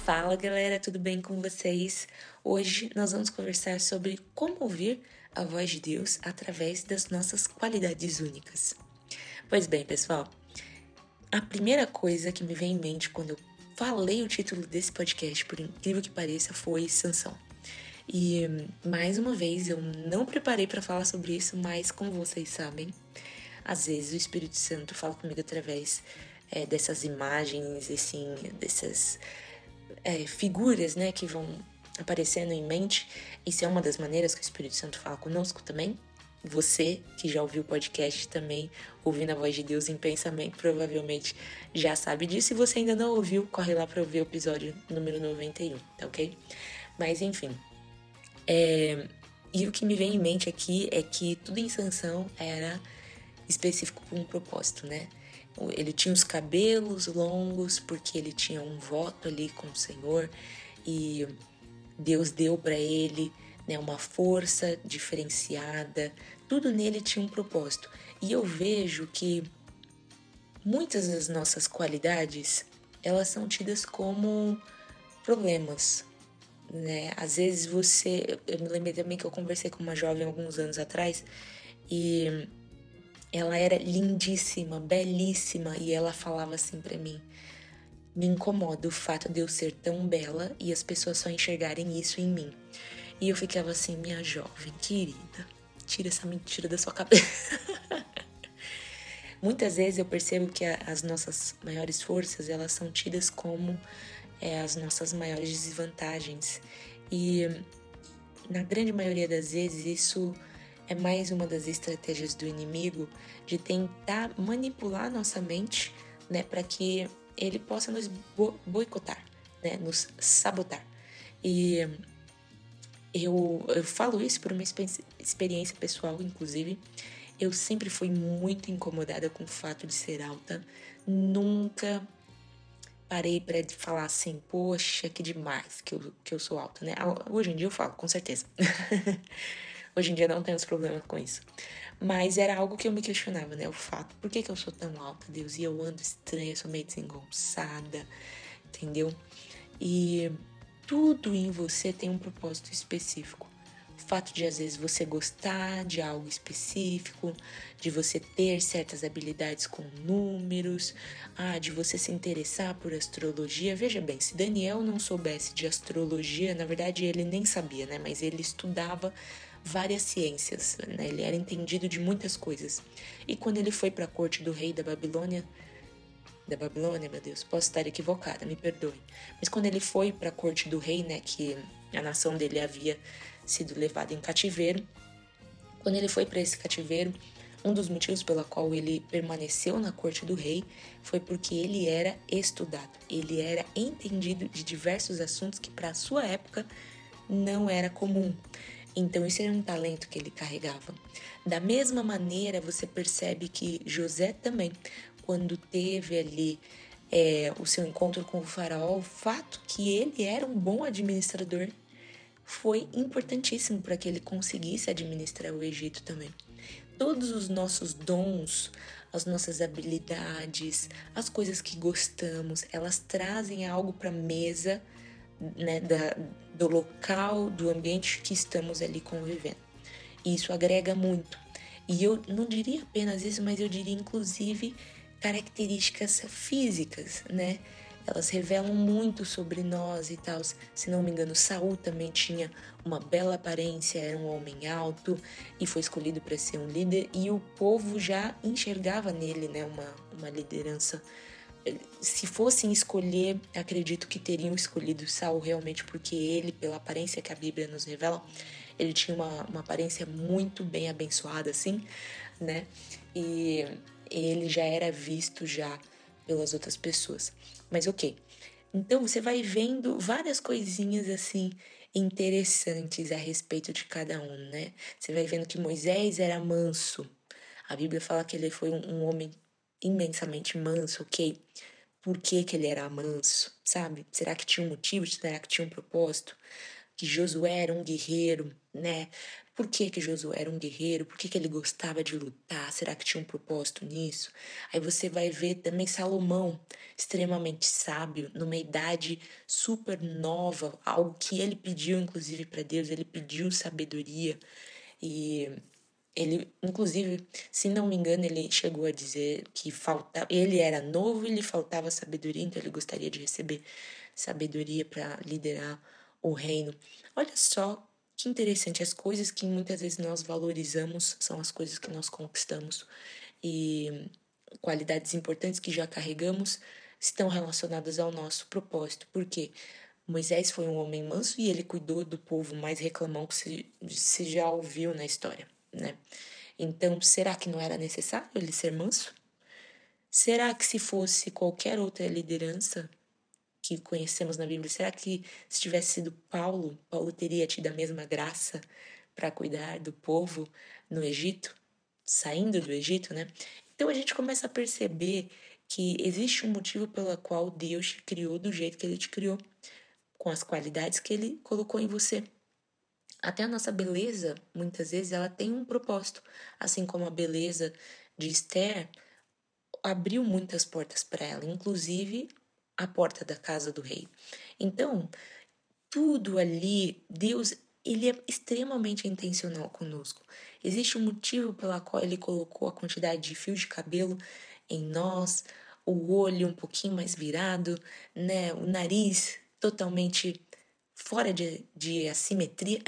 Fala galera, tudo bem com vocês? Hoje nós vamos conversar sobre como ouvir a voz de Deus através das nossas qualidades únicas. Pois bem, pessoal, a primeira coisa que me vem em mente quando eu falei o título desse podcast, por incrível que pareça, foi Sansão. E mais uma vez eu não preparei para falar sobre isso, mas como vocês sabem, às vezes o Espírito Santo fala comigo através dessas imagens, assim, dessas figuras, né, que vão aparecendo em mente. Isso é uma das maneiras que o Espírito Santo fala conosco também. Você, que já ouviu o podcast também, ouvindo a voz de Deus em pensamento, provavelmente já sabe disso. Se você ainda não ouviu, corre lá para ouvir o episódio número 91, tá ok? Mas enfim. E o que me vem em mente aqui é que tudo em Sansão era específico para um propósito, né? Ele tinha os cabelos longos porque ele tinha um voto ali com o Senhor e Deus deu para ele, né, uma força diferenciada. Tudo nele tinha um propósito. E eu vejo que muitas das nossas qualidades, elas são tidas como problemas, né? Às vezes eu me lembrei também que eu conversei com uma jovem alguns anos atrás e ela era lindíssima, belíssima, e ela falava assim pra mim: me incomoda o fato de eu ser tão bela e as pessoas só enxergarem isso em mim. E eu ficava assim: minha jovem querida, tira essa mentira da sua cabeça. Muitas vezes eu percebo que as nossas maiores forças, elas são tidas como as nossas maiores desvantagens. E na grande maioria das vezes isso é mais uma das estratégias do inimigo de tentar manipular nossa mente, né, para que ele possa nos boicotar, né, nos sabotar. E eu falo isso por uma experiência pessoal, inclusive. Eu sempre fui muito incomodada com o fato de ser alta. Nunca parei para falar assim, poxa, que demais que eu sou alta, né? Hoje em dia eu falo, com certeza. Hoje em dia não tenho os problemas com isso. Mas era algo que eu me questionava, né? O fato, por que eu sou tão alta, Deus? E eu ando estranha, sou meio desengonçada, entendeu? E tudo em você tem um propósito específico. O fato de, às vezes, você gostar de algo específico, de você ter certas habilidades com números, de você se interessar por astrologia. Veja bem, se Daniel não soubesse de astrologia, na verdade ele nem sabia, né? Mas ele estudava várias ciências, né? Ele era entendido de muitas coisas. E quando ele foi para a corte do rei da Babilônia, meu Deus, posso estar equivocada, me perdoe. Mas quando ele foi para a corte do rei, né, que a nação dele havia sido levada em cativeiro, quando ele foi para esse cativeiro, um dos motivos pela qual ele permaneceu na corte do rei foi porque ele era estudado, ele era entendido de diversos assuntos que para a sua época não era comum. Então isso era um talento que ele carregava. Da mesma maneira, você percebe que José também, quando teve ali o seu encontro com o faraó, o fato que ele era um bom administrador foi importantíssimo para que ele conseguisse administrar o Egito também. Todos os nossos dons, as nossas habilidades, as coisas que gostamos, elas trazem algo para a mesa, né, do local, do ambiente que estamos ali convivendo. E isso agrega muito. E eu não diria apenas isso, mas eu diria inclusive características físicas, né? Elas revelam muito sobre nós e tal. Se não me engano, Saul também tinha uma bela aparência, era um homem alto e foi escolhido para ser um líder. E o povo já enxergava nele, né, uma liderança. Se fossem escolher, acredito que teriam escolhido Saul realmente porque ele, pela aparência que a Bíblia nos revela, ele tinha uma aparência muito bem abençoada, assim, né? E ele já era visto já pelas outras pessoas. Mas ok. Então você vai vendo várias coisinhas assim interessantes a respeito de cada um, né? Você vai vendo que Moisés era manso. A Bíblia fala que ele foi um homem imensamente manso, ok? Por que ele era manso, sabe? Será que tinha um motivo? Será que tinha um propósito? que Josué era um guerreiro, né? Por que que Josué era um guerreiro? Por que que ele gostava de lutar? Será que tinha um propósito nisso? Aí você vai ver também Salomão, extremamente sábio, numa idade super nova, algo que ele pediu inclusive para Deus, ele pediu sabedoria e ele, inclusive, se não me engano, ele chegou a dizer que faltava, ele era novo e lhe faltava sabedoria, então ele gostaria de receber sabedoria para liderar o reino. Olha só que interessante, as coisas que muitas vezes nós valorizamos são as coisas que nós conquistamos e qualidades importantes que já carregamos estão relacionadas ao nosso propósito. Por quê? Moisés foi um homem manso e ele cuidou do povo mais reclamão que se já ouviu na história, né? Então, será que não era necessário ele ser manso? Será que se fosse qualquer outra liderança que conhecemos na Bíblia, será que se tivesse sido Paulo, Paulo teria tido a mesma graça para cuidar do povo no Egito, saindo do Egito, né? Então a gente começa a perceber que existe um motivo pelo qual Deus te criou do jeito que ele te criou, com as qualidades que ele colocou em você. Até a nossa beleza, muitas vezes, ela tem um propósito, assim como a beleza de Esther abriu muitas portas para ela, inclusive a porta da casa do rei. Então, tudo ali, Deus, ele é extremamente intencional conosco. Existe um motivo pela qual ele colocou a quantidade de fios de cabelo em nós, o olho um pouquinho mais virado, né, o nariz totalmente fora de assimetria.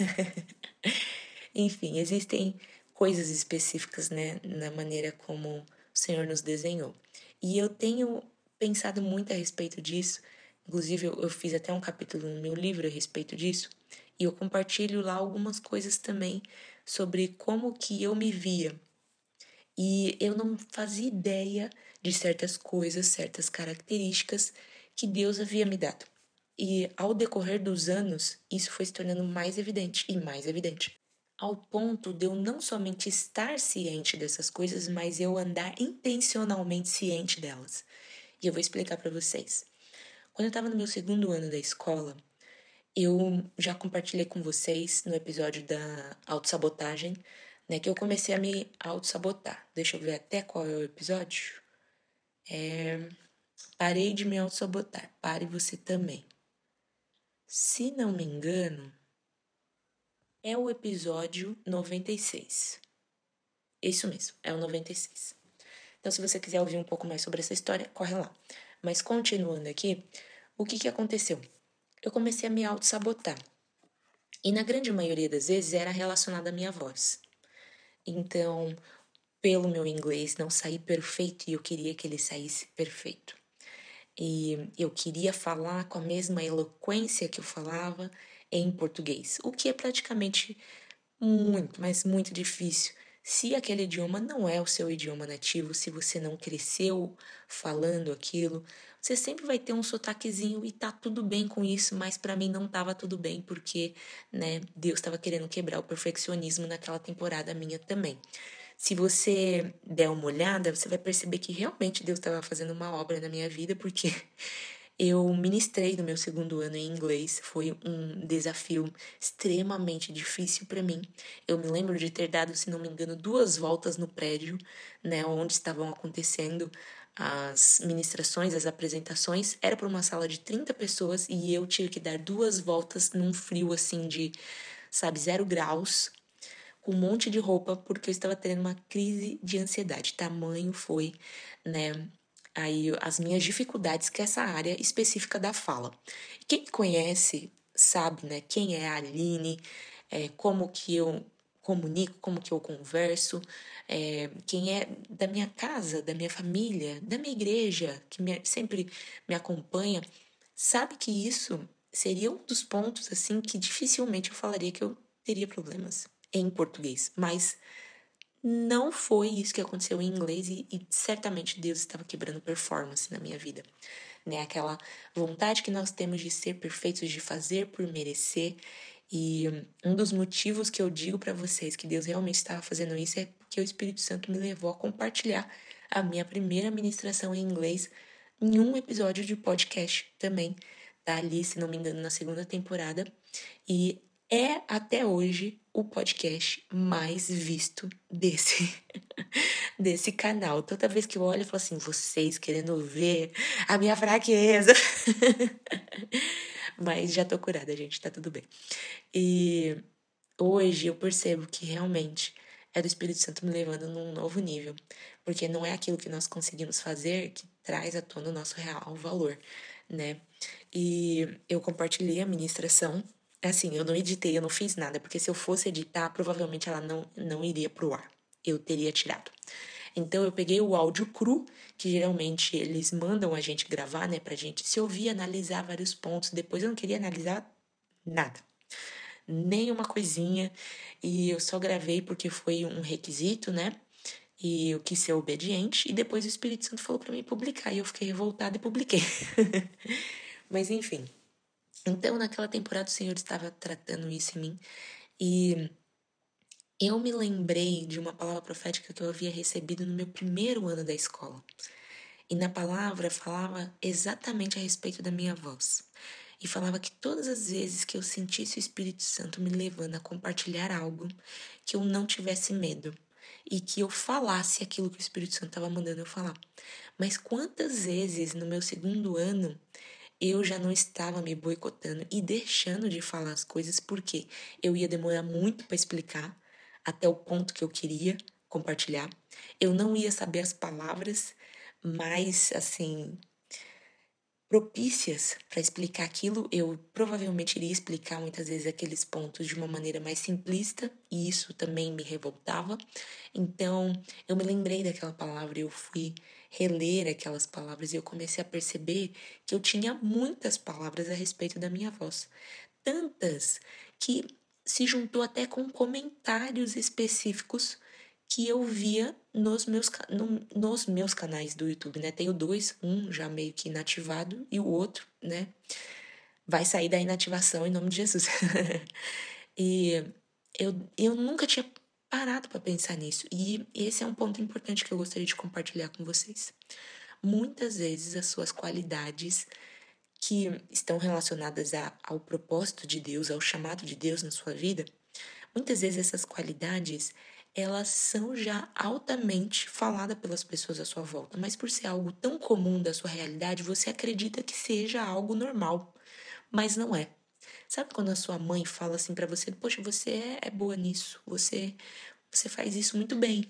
Enfim, existem coisas específicas, né, na maneira como o Senhor nos desenhou. E eu tenho pensado muito a respeito disso. Inclusive, eu fiz até um capítulo no meu livro a respeito disso. E eu compartilho lá algumas coisas também sobre como que eu me via. E eu não fazia ideia de certas coisas, certas características que Deus havia me dado. E ao decorrer dos anos, isso foi se tornando mais evidente e mais evidente, ao ponto de eu não somente estar ciente dessas coisas, mas eu andar intencionalmente ciente delas. E eu vou explicar para vocês. Quando eu estava no meu segundo ano da escola, eu já compartilhei com vocês no episódio da autossabotagem, né, que eu comecei a me autossabotar. Deixa eu ver até qual é o episódio. Parei de me autossabotar. Pare você também. Se não me engano, é o episódio 96. Isso mesmo, é o 96. Então, se você quiser ouvir um pouco mais sobre essa história, corre lá. Mas continuando aqui, o que aconteceu? Eu comecei a me auto-sabotar. E na grande maioria das vezes era relacionado à minha voz. Então, pelo meu inglês não sair perfeito e eu queria que ele saísse perfeito. E eu queria falar com a mesma eloquência que eu falava em português, o que é praticamente muito, mas muito difícil. Se aquele idioma não é o seu idioma nativo, se você não cresceu falando aquilo, você sempre vai ter um sotaquezinho e tá tudo bem com isso, mas para mim não tava tudo bem porque, né, Deus estava querendo quebrar o perfeccionismo naquela temporada minha também. Se você der uma olhada, você vai perceber que realmente Deus estava fazendo uma obra na minha vida, porque eu ministrei no meu segundo ano em inglês, foi um desafio extremamente difícil para mim. Eu me lembro de ter dado, se não me engano, 2 voltas no prédio, né, onde estavam acontecendo as ministrações, as apresentações. Era para uma sala de 30 pessoas e eu tive que dar 2 voltas num frio assim de, sabe, 0 graus, com um monte de roupa, porque eu estava tendo uma crise de ansiedade. Tamanho foi, né, aí as minhas dificuldades com essa área específica da fala. Quem me conhece sabe, né, quem é a Aline, como que eu comunico, como que eu converso, quem é da minha casa, da minha família, da minha igreja, que sempre me acompanha, sabe que isso seria um dos pontos, assim, que dificilmente eu falaria que eu teria problemas em português, mas não foi isso que aconteceu em inglês e certamente Deus estava quebrando performance na minha vida, né? Aquela vontade que nós temos de ser perfeitos, de fazer por merecer. E um dos motivos que eu digo para vocês que Deus realmente estava fazendo isso é porque o Espírito Santo me levou a compartilhar a minha primeira ministração em inglês em um episódio de podcast também. Tá ali, se não me engano, na segunda temporada. E é até hoje o podcast mais visto desse canal. Toda vez que eu olho, eu falo assim, vocês querendo ver a minha fraqueza. Mas já tô curada, gente, tá tudo bem. E hoje eu percebo que realmente é do Espírito Santo me levando num novo nível. Porque não é aquilo que nós conseguimos fazer que traz à tona o nosso real valor, né? E eu compartilhei a ministração. Assim, eu não editei, eu não fiz nada, porque se eu fosse editar, provavelmente ela não iria pro ar. Eu teria tirado. Então eu peguei o áudio cru, que geralmente eles mandam a gente gravar, né, pra gente se ouvir, analisar vários pontos. Depois eu não queria analisar nada, nem uma coisinha, e eu só gravei porque foi um requisito, né? E eu quis ser obediente, e depois o Espírito Santo falou pra mim publicar, e eu fiquei revoltada e publiquei. Mas enfim. Então, naquela temporada, o Senhor estava tratando isso em mim, e eu me lembrei de uma palavra profética que eu havia recebido no meu primeiro ano da escola. E na palavra falava exatamente a respeito da minha voz. E falava que todas as vezes que eu sentisse o Espírito Santo me levando a compartilhar algo, que eu não tivesse medo. E que eu falasse aquilo que o Espírito Santo estava mandando eu falar. Mas quantas vezes no meu segundo ano eu já não estava me boicotando e deixando de falar as coisas porque eu ia demorar muito para explicar até o ponto que eu queria compartilhar. Eu não ia saber as palavras mais assim propícias para explicar aquilo, eu provavelmente iria explicar muitas vezes aqueles pontos de uma maneira mais simplista, e isso também me revoltava. Então, eu me lembrei daquela palavra, eu fui reler aquelas palavras e eu comecei a perceber que eu tinha muitas palavras a respeito da minha voz. Tantas que se juntou até com comentários específicos que eu via nos meus canais do YouTube, né? Tenho dois, um já meio que inativado e o outro, né? Vai sair da inativação em nome de Jesus. E eu nunca tinha parado para pensar nisso. E esse é um ponto importante que eu gostaria de compartilhar com vocês. Muitas vezes as suas qualidades que estão relacionadas ao propósito de Deus, ao chamado de Deus na sua vida, muitas vezes essas qualidades, elas são já altamente faladas pelas pessoas à sua volta, mas por ser algo tão comum da sua realidade, você acredita que seja algo normal, mas não é. Sabe quando a sua mãe fala assim pra você, poxa, você é boa nisso, você faz isso muito bem.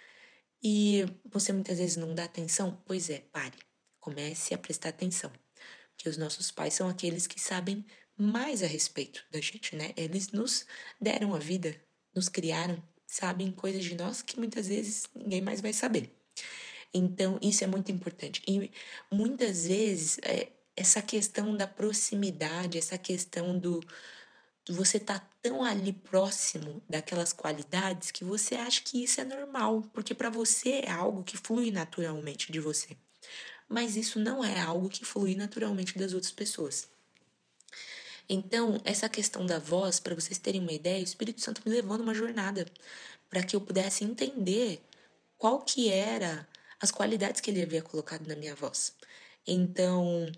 E você muitas vezes não dá atenção? Pois é, pare. Comece a prestar atenção. Que os nossos pais são aqueles que sabem mais a respeito da gente, né? Eles nos deram a vida, nos criaram, sabem coisas de nós que muitas vezes ninguém mais vai saber. Então, isso é muito importante. E muitas vezes, essa questão da proximidade, essa questão do você estar tão ali próximo daquelas qualidades que você acha que isso é normal, porque para você é algo que flui naturalmente de você. Mas isso não é algo que flui naturalmente das outras pessoas. Então, essa questão da voz, para vocês terem uma ideia, o Espírito Santo me levou numa jornada para que eu pudesse entender qual que era as qualidades que ele havia colocado na minha voz. Então,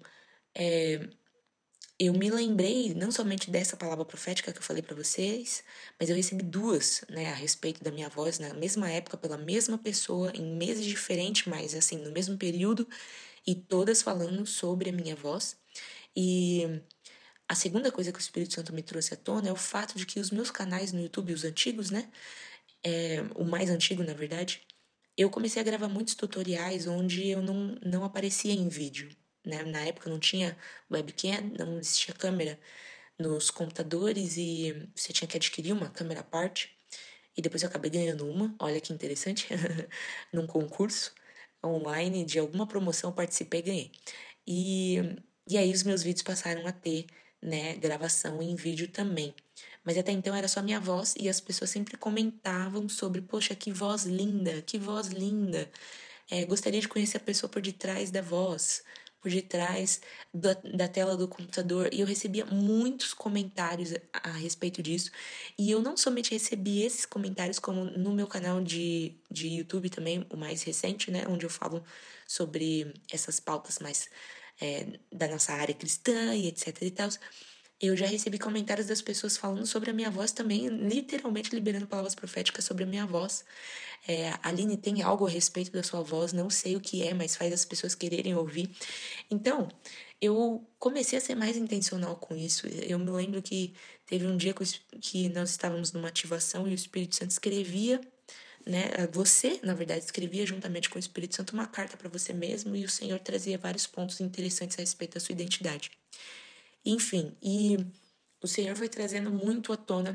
eu me lembrei não somente dessa palavra profética que eu falei para vocês, mas eu recebi duas, né, a respeito da minha voz na mesma época pela mesma pessoa em meses diferentes, mas assim no mesmo período, e todas falando sobre a minha voz. E a segunda coisa que o Espírito Santo me trouxe à tona é o fato de que os meus canais no YouTube, os antigos, né? O mais antigo, na verdade, eu comecei a gravar muitos tutoriais onde eu não aparecia em vídeo, né? Na época não tinha webcam, não existia câmera nos computadores e você tinha que adquirir uma câmera à parte. E depois eu acabei ganhando uma, olha que interessante, num concurso online de alguma promoção eu participei e ganhei. E, e aí os meus vídeos passaram a ter, né, gravação em vídeo também. Mas até então era só minha voz e as pessoas sempre comentavam sobre, poxa, que voz linda, que voz linda. Gostaria de conhecer a pessoa por detrás da voz, por detrás da tela do computador. E eu recebia muitos comentários a respeito disso. E eu não somente recebi esses comentários, como no meu canal de YouTube também, o mais recente, né? Onde eu falo sobre essas pautas mais da nossa área cristã e etc e tal. Eu já recebi comentários das pessoas falando sobre a minha voz também, literalmente liberando palavras proféticas sobre a minha voz. Aline, tem algo a respeito da sua voz, não sei o que é, mas faz as pessoas quererem ouvir. Então, eu comecei a ser mais intencional com isso. Eu me lembro que teve um dia que nós estávamos numa ativação e o Espírito Santo escrevia, né? Você, na verdade, escrevia juntamente com o Espírito Santo uma carta para você mesmo e o Senhor trazia vários pontos interessantes a respeito da sua identidade. Enfim, e o Senhor foi trazendo muito à tona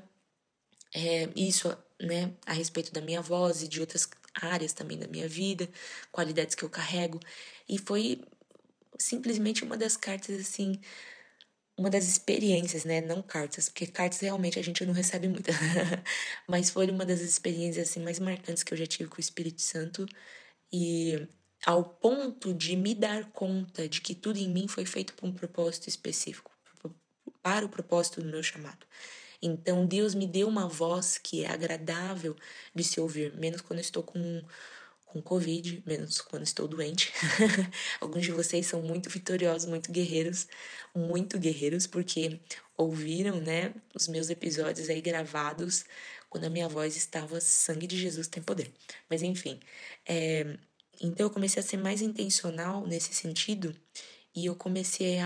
isso, né, a respeito da minha voz e de outras áreas também da minha vida, qualidades que eu carrego. E foi simplesmente uma das cartas, assim, uma das experiências, né? Não cartas, porque cartas realmente a gente não recebe muito. Mas foi uma das experiências, assim, mais marcantes que eu já tive com o Espírito Santo. E ao ponto de me dar conta de que tudo em mim foi feito por um propósito específico, para o propósito do meu chamado. Então, Deus me deu uma voz que é agradável de se ouvir, menos quando eu estou com Covid, menos quando estou doente. Alguns de vocês são muito vitoriosos, muito guerreiros, porque ouviram, né, os meus episódios aí gravados quando a minha voz estava sangue de Jesus tem poder. Mas enfim, então eu comecei a ser mais intencional nesse sentido e eu comecei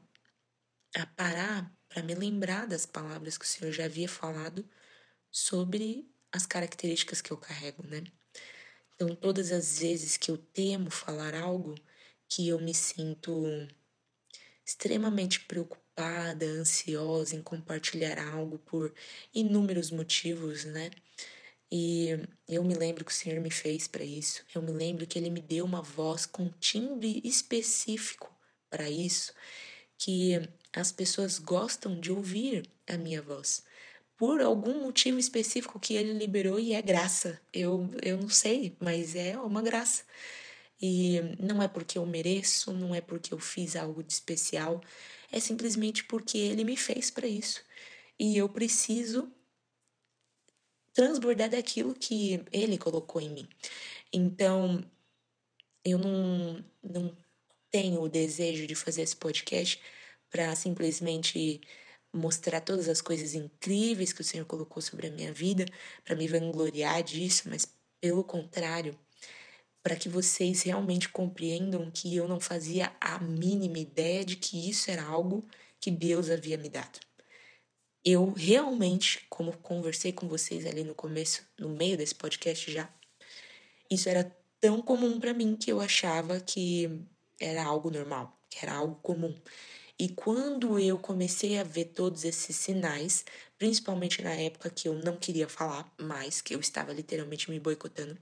a parar para me lembrar das palavras que o Senhor já havia falado sobre as características que eu carrego, né? Então, todas as vezes que eu temo falar algo, que eu me sinto extremamente preocupada, ansiosa em compartilhar algo por inúmeros motivos, né? E eu me lembro que o Senhor me fez para isso. Eu me lembro que Ele me deu uma voz com timbre específico para isso, que as pessoas gostam de ouvir a minha voz por algum motivo específico que ele liberou e é graça. Eu não sei, mas é uma graça. E não é porque eu mereço, não é porque eu fiz algo de especial, é simplesmente porque ele me fez para isso. E eu preciso transbordar daquilo que ele colocou em mim. Então, eu não tenho o desejo de fazer esse podcast para simplesmente mostrar todas as coisas incríveis que o Senhor colocou sobre a minha vida, para me vangloriar disso, mas pelo contrário, para que vocês realmente compreendam que eu não fazia a mínima ideia de que isso era algo que Deus havia me dado. Eu realmente, como conversei com vocês ali no começo, no meio desse podcast já, isso era tão comum para mim que eu achava que era algo normal, que era algo comum. E quando eu comecei a ver todos esses sinais, principalmente na época que eu não queria falar mais, que eu estava literalmente me boicotando,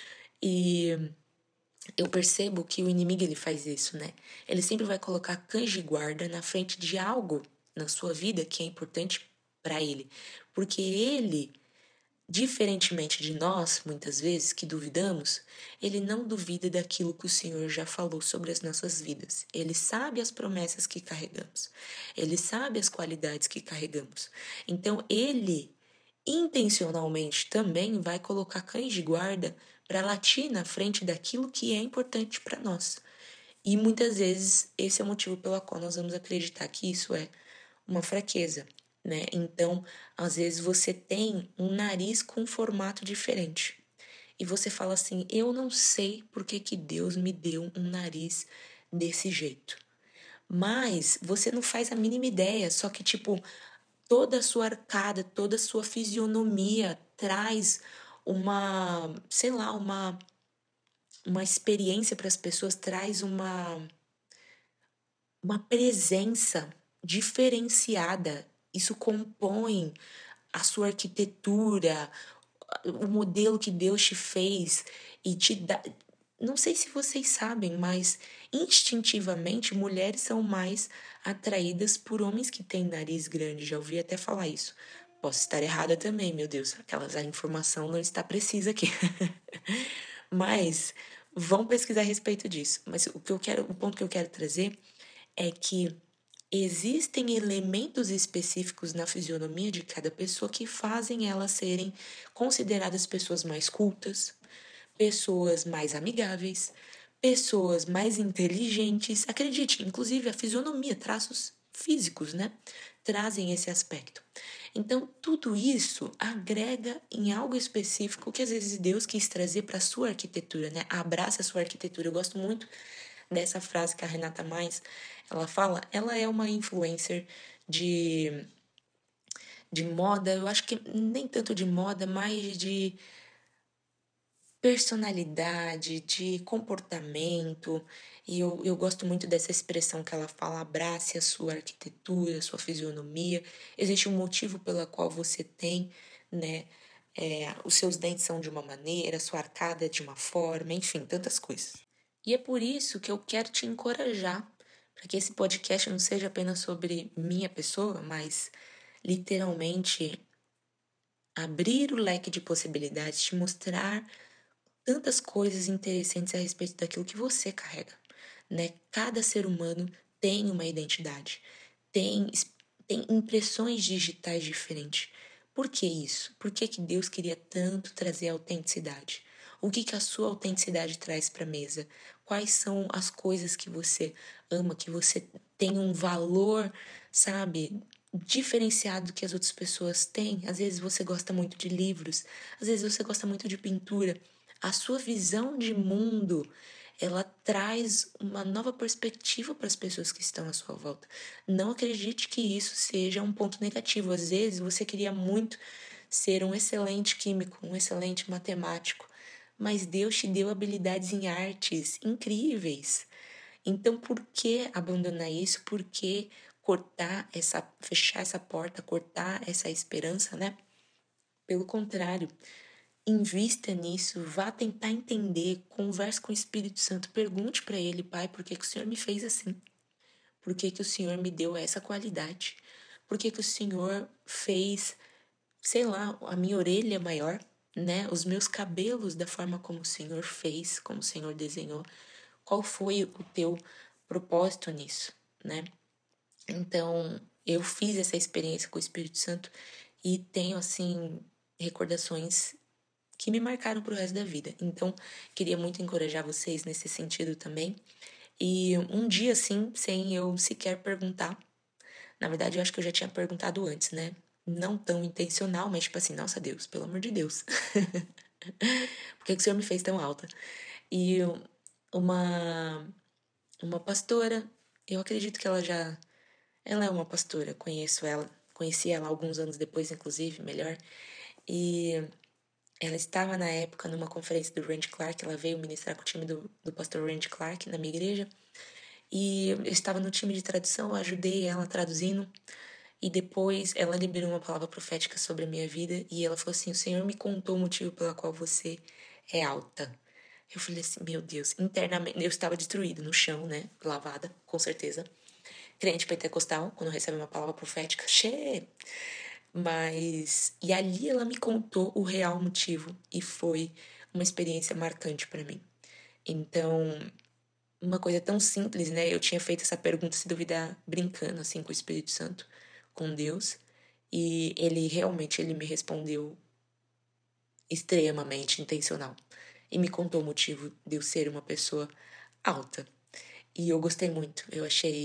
e eu percebo que o inimigo ele faz isso, né? Ele sempre vai colocar cães de guarda na frente de algo na sua vida que é importante para ele, porque ele, diferentemente de nós, muitas vezes, que duvidamos, ele não duvida daquilo que o Senhor já falou sobre as nossas vidas. Ele sabe as promessas que carregamos. Ele sabe as qualidades que carregamos. Então, ele intencionalmente também vai colocar cães de guarda para latir na frente daquilo que é importante para nós. E muitas vezes esse é o motivo pelo qual nós vamos acreditar que isso é uma fraqueza, né? Então, às vezes você tem um nariz com um formato diferente. E você fala assim: "Eu não sei por que que Deus me deu um nariz desse jeito". Mas você não faz a mínima ideia, só que tipo, toda a sua arcada, toda a sua fisionomia traz sei lá, uma experiência para as pessoas, traz uma presença diferenciada. Isso compõe a sua arquitetura, o modelo que Deus te fez e te dá. Não sei se vocês sabem, mas instintivamente mulheres são mais atraídas por homens que têm nariz grande. Já ouvi até falar isso. Posso estar errada também, meu Deus. A informação não está precisa aqui. Mas vão pesquisar a respeito disso. Mas o ponto que eu quero trazer é que existem elementos específicos na fisionomia de cada pessoa que fazem elas serem consideradas pessoas mais cultas, pessoas mais amigáveis, pessoas mais inteligentes. Acredite, inclusive a fisionomia, traços físicos, né? trazem esse aspecto. Então, tudo isso agrega em algo específico que às vezes Deus quis trazer para a sua arquitetura, né? Abraça a sua arquitetura. Eu gosto muito dessa frase que a Renata Mais, ela fala. Ela é uma influencer de, de moda, eu acho que nem tanto de moda, mas de personalidade, de comportamento. E eu gosto muito dessa expressão que ela fala: abrace a sua arquitetura, a sua fisionomia. Existe um motivo pela qual você tem, né? Os seus dentes são de uma maneira, a sua arcada é de uma forma, enfim, tantas coisas. E é por isso que eu quero te encorajar para que esse podcast não seja apenas sobre minha pessoa, mas literalmente abrir o leque de possibilidades, te mostrar tantas coisas interessantes a respeito daquilo que você carrega, né? Cada ser humano tem uma identidade, tem, tem impressões digitais diferentes. Por que isso? Por que que Deus queria tanto trazer a autenticidade? O que que a sua autenticidade traz para a mesa? Quais são as coisas que você ama, que você tem um valor, sabe, diferenciado que as outras pessoas têm? Às vezes você gosta muito de livros, às vezes você gosta muito de pintura. A sua visão de mundo, ela traz uma nova perspectiva para as pessoas que estão à sua volta. Não acredite que isso seja um ponto negativo. Às vezes você queria muito ser um excelente químico, um excelente matemático, mas Deus te deu habilidades em artes incríveis. Então, por que abandonar isso? Por que fechar essa porta, cortar essa esperança, né? Pelo contrário, invista nisso, vá tentar entender, converse com o Espírito Santo, pergunte para ele: Pai, por que que o Senhor me fez assim? Por que que o Senhor me deu essa qualidade? Por que que o Senhor fez, sei lá, a minha orelha maior, né? Os meus cabelos da forma como o Senhor fez, como o Senhor desenhou? Qual foi o teu propósito nisso, né? Então, eu fiz essa experiência com o Espírito Santo e tenho, assim, recordações que me marcaram pro resto da vida. Então, queria muito encorajar vocês nesse sentido também. E um dia, assim, sem eu sequer perguntar, na verdade, eu acho que eu já tinha perguntado antes, né? Não tão intencional, mas tipo assim: nossa, Deus, pelo amor de Deus, por que que o Senhor me fez tão alta? E uma, uma pastora, eu acredito que ela é uma pastora, conheci ela alguns anos depois, inclusive, melhor. E ela estava na época numa conferência do Randy Clark, ela veio ministrar com o time do pastor Randy Clark na minha igreja. E eu estava no time de tradução, eu ajudei ela traduzindo. E depois ela liberou uma palavra profética sobre a minha vida. E ela falou assim: o Senhor me contou o motivo pela qual você é alta. Eu falei assim: meu Deus, internamente. Eu estava destruída no chão, né? Lavada, com certeza. Crente pentecostal, quando recebe uma palavra profética, che. Mas. E ali ela me contou o real motivo. E foi uma experiência marcante para mim. Então, uma coisa tão simples, né? Eu tinha feito essa pergunta, se duvidar, brincando, assim, com o Espírito Santo, com Deus. E ele me respondeu extremamente intencional. E me contou o motivo de eu ser uma pessoa alta. E eu gostei muito. Eu achei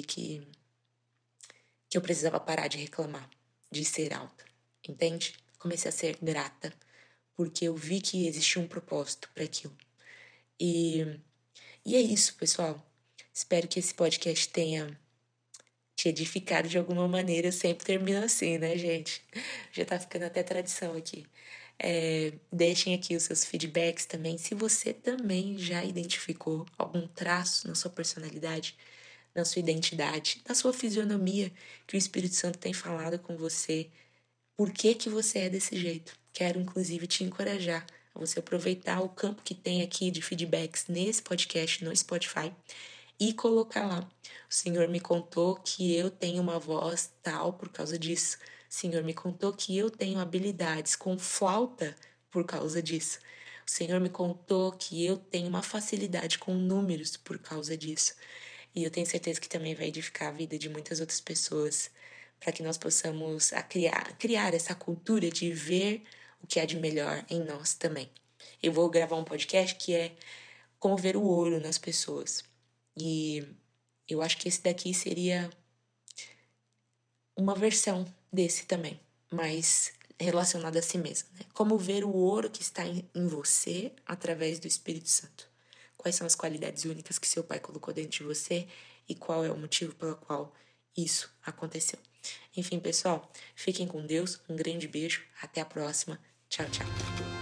que eu precisava parar de reclamar de ser alta. Entende? Comecei a ser grata, porque eu vi que existia um propósito para aquilo. E, e é isso, pessoal. Espero que esse podcast tenha te edificado de alguma maneira. Eu sempre termino assim, né, gente? Já tá ficando até tradição aqui. Deixem aqui os seus feedbacks também. Se você também já identificou algum traço na sua personalidade, na sua identidade, na sua fisionomia, que o Espírito Santo tem falado com você, por que que você é desse jeito? Quero, inclusive, te encorajar a você aproveitar o campo que tem aqui de feedbacks nesse podcast no Spotify e colocar lá: o Senhor me contou que eu tenho uma voz tal por causa disso. O Senhor me contou que eu tenho habilidades com flauta por causa disso. O Senhor me contou que eu tenho uma facilidade com números por causa disso. E eu tenho certeza que também vai edificar a vida de muitas outras pessoas, para que nós possamos criar essa cultura de ver o que há de melhor em nós também. Eu vou gravar um podcast que é como ver o ouro nas pessoas. E eu acho que esse daqui seria uma versão desse também, mas relacionada a si mesmo, né? Como ver o ouro que está em você através do Espírito Santo. Quais são as qualidades únicas que seu pai colocou dentro de você e qual é o motivo pelo qual isso aconteceu. Enfim, pessoal, fiquem com Deus, um grande beijo, até a próxima. Tchau, tchau.